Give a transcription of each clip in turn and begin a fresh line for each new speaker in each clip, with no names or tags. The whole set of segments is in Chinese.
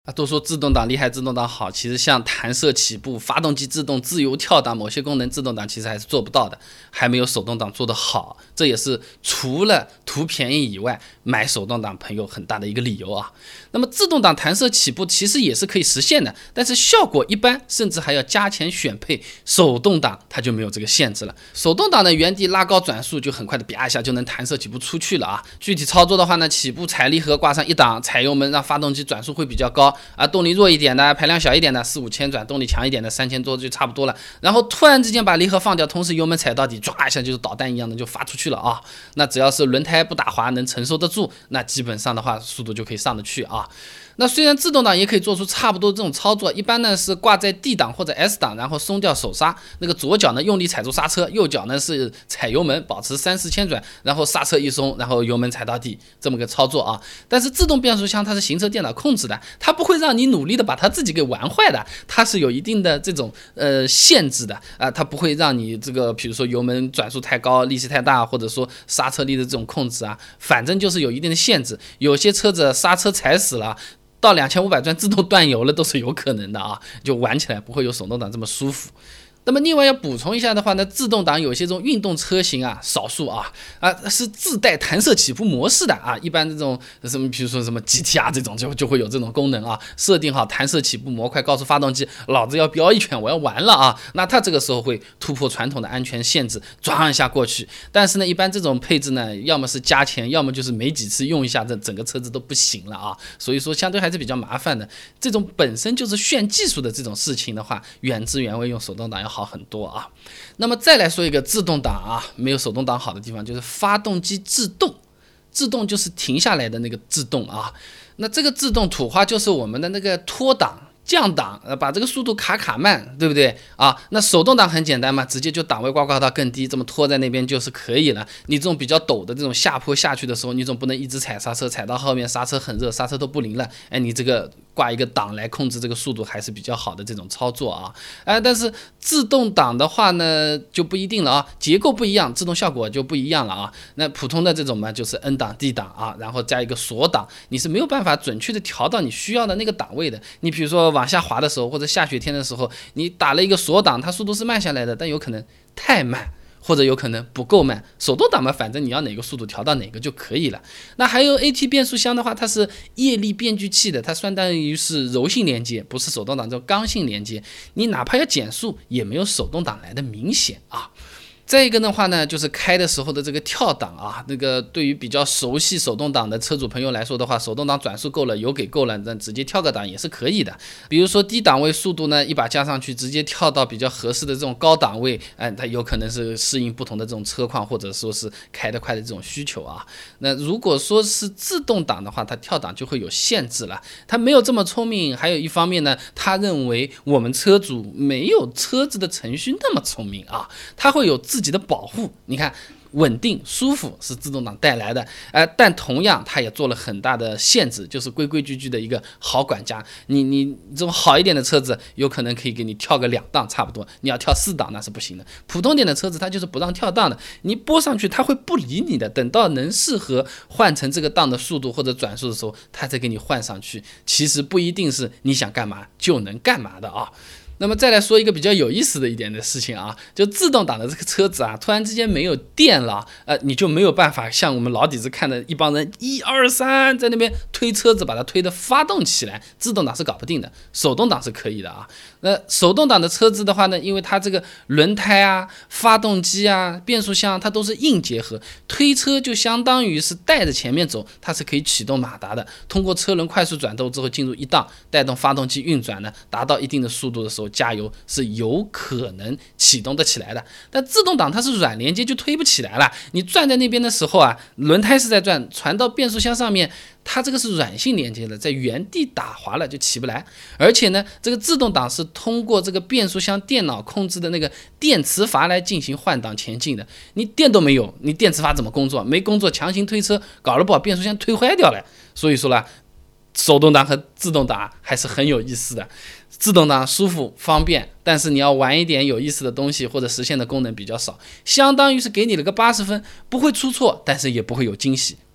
都说自动挡厉害，自动挡好，其实像弹射起步、发动机自动、自由跳档某些功能，自动挡其实还是做不到的，还没有手动挡做得好。这也是除了图便宜以外，买手动挡朋友很大的一个理由啊。那么自动挡弹射起步其实也是可以实现的，但是效果一般，甚至还要加钱选配。手动挡它就没有这个限制了，手动挡的原地拉高转速就很快的啪一下就能弹射起步出去了啊。具体操作的话呢，起步踩离合挂上一档，踩油门让发动机转速会比较高。动力弱一点的，排量小一点的4、5千转，动力强一点的3000多就差不多了。然后突然之间把离合放掉，同时油门踩到底，唰一下就是导弹一样的就发出去了啊！那只要是轮胎不打滑，能承受得住，那基本上的话速度就可以上得去啊。那虽然自动挡也可以做出差不多这种操作，一般呢是挂在 D 档或者 S 档，然后松掉手刹，那个左脚呢用力踩住刹车，右脚呢是踩油门，保持3、4千转，然后刹车一松，然后油门踩到底，这么个操作啊。但是自动变速箱它是行车电脑控制的，它不会让你努力的把它自己给玩坏的，它是有一定的这种限制的啊，它不会让你这个比如说油门转速太高、力气太大，或者说刹车力的这种控制啊，反正就是有一定的限制。有些车子刹车踩死了，到2500转自动断油了都是有可能的啊，就玩起来不会有手动挡这么舒服。那么另外要补充一下的话呢，自动挡有些这种运动车型啊，少数是自带弹射起步模式的啊，一般这种什么比如说什么 GTR 这种就会有这种功能啊，设定好弹射起步模块，告诉发动机老子要飙一拳，我要完了啊，那它这个时候会突破传统的安全限制，转一下过去。但是呢，一般这种配置呢，要么是加钱，要么就是没几次用一下，这整个车子都不行了啊，所以说相对还是比较麻烦的。这种本身就是炫技术的这种事情的话，原汁原味用手动挡要好很多啊。那么再来说一个自动挡啊，没有手动挡好的地方就是发动机自动，自动就是停下来的那个自动啊。那这个自动土话就是我们的那个脱档降档，把这个速度卡慢，对不对啊？那手动挡很简单嘛，直接就档位挂到更低，这么拖在那边就是可以了。你这种比较陡的这种下坡下去的时候，你总不能一直踩刹车，踩到后面刹车很热，刹车都不灵了，你这个挂一个档来控制这个速度还是比较好的这种操作啊。但是自动挡的话呢就不一定了啊，结构不一样，自动效果就不一样了啊。那普通的这种嘛，就是 N 档 D 档啊，然后加一个锁档，你是没有办法准确的调到你需要的那个档位的。你比如说往下滑的时候，或者下雪天的时候，你打了一个锁档，它速度是慢下来的，但有可能太慢，或者有可能不够慢。手动挡嘛，反正你要哪个速度调到哪个就可以了。那还有 AT 变速箱的话，它是液力变矩器的，它相当于是柔性连接，不是手动挡这种刚性连接。你哪怕要减速，也没有手动挡来的明显啊。再一个的话呢，就是开的时候的这个跳档啊，那个对于比较熟悉手动挡的车主朋友来说的话，手动挡转速够了，油给够了，那直接跳个档也是可以的。比如说低档位速度呢，一把加上去，直接跳到比较合适的这种高档位，它有可能是适应不同的这种车况，或者说是开得快的这种需求啊。那如果说是自动挡的话，它跳档就会有限制了，它没有这么聪明。还有一方面呢，他认为我们车主没有车子的程序那么聪明啊，他会有自己的保护。你看稳定舒服是自动挡带来的，但同样它也做了很大的限制，就是规规矩矩的一个好管家。你这种好一点的车子有可能可以给你跳个2档差不多，你要跳4档那是不行的。普通点的车子它就是不让跳档的，你拨上去它会不理你的，等到能适合换成这个档的速度或者转速的时候，它再给你换上去。其实不一定是你想干嘛就能干嘛的啊。那么再来说一个比较有意思的一点的事情啊，就自动挡的这个车子啊，突然之间没有电了，你就没有办法像我们老底子看的一帮人1、2、3在那边推车子把它推的发动起来，自动挡是搞不定的，手动挡是可以的啊。那手动挡的车子的话呢，因为它这个轮胎啊、发动机啊、变速箱它都是硬结合，推车就相当于是带着前面走，它是可以启动马达的，通过车轮快速转动之后进入1档，带动发动机运转呢，达到一定的速度的时候加油是有可能启动得起来的。但自动挡它是软连接，就推不起来了。你转在那边的时候啊，轮胎是在转，传到变速箱上面，它这个是软性连接的，在原地打滑了就起不来。而且呢，这个自动挡是通过这个变速箱电脑控制的那个电磁阀来进行换挡前进的。你电都没有，你电磁阀怎么工作？没工作，强行推车，搞了不好变速箱推坏掉了。所以说啦，手动挡和自动挡还是很有意思的。自动挡舒服方便，但是你要玩一点有意思的东西或者实现的功能比较少，相当于是给你了个80分，不会出错，但是也不会有惊喜。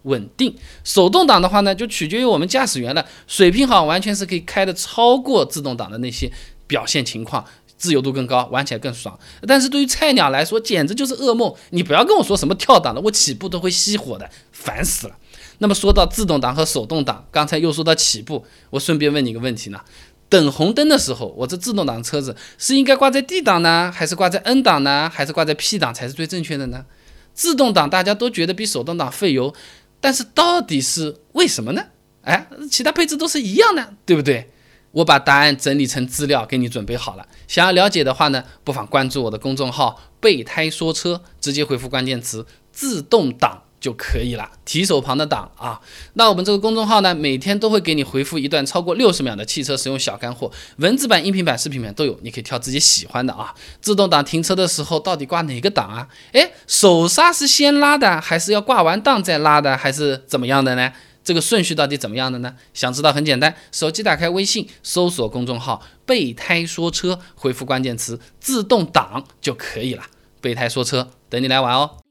稳定。手动挡的话呢，就取决于我们驾驶员了，水平好，完全是可以开的超过自动挡的那些表现情况，自由度更高，玩起来更爽。但是对于菜鸟来说，简直就是噩梦。你不要跟我说什么跳档的，我起步都会熄火的，烦死了。那么说到自动挡和手动挡，刚才又说到起步，我顺便问你一个问题呢。等红灯的时候，我这自动挡车子是应该挂在 D 档呢，还是挂在 N 档呢，还是挂在 P 档才是最正确的呢？自动挡大家都觉得比手动挡费油，但是到底是为什么呢？其他配置都是一样的，对不对？我把答案整理成资料给你准备好了，想要了解的话呢，不妨关注我的公众号备胎说车，直接回复关键词自动挡就可以了，提手旁的挡啊。那我们这个公众号呢，每天都会给你回复一段超过60秒的汽车使用小干货，文字版、音频版、视频版都有，你可以挑自己喜欢的啊。自动挡停车的时候到底挂哪个档啊？手刹是先拉的，还是要挂完档再拉的，还是怎么样的呢？这个顺序到底怎么样的呢？想知道很简单，手机打开微信，搜索公众号备胎说车，回复关键词自动挡就可以了。备胎说车，等你来玩哦。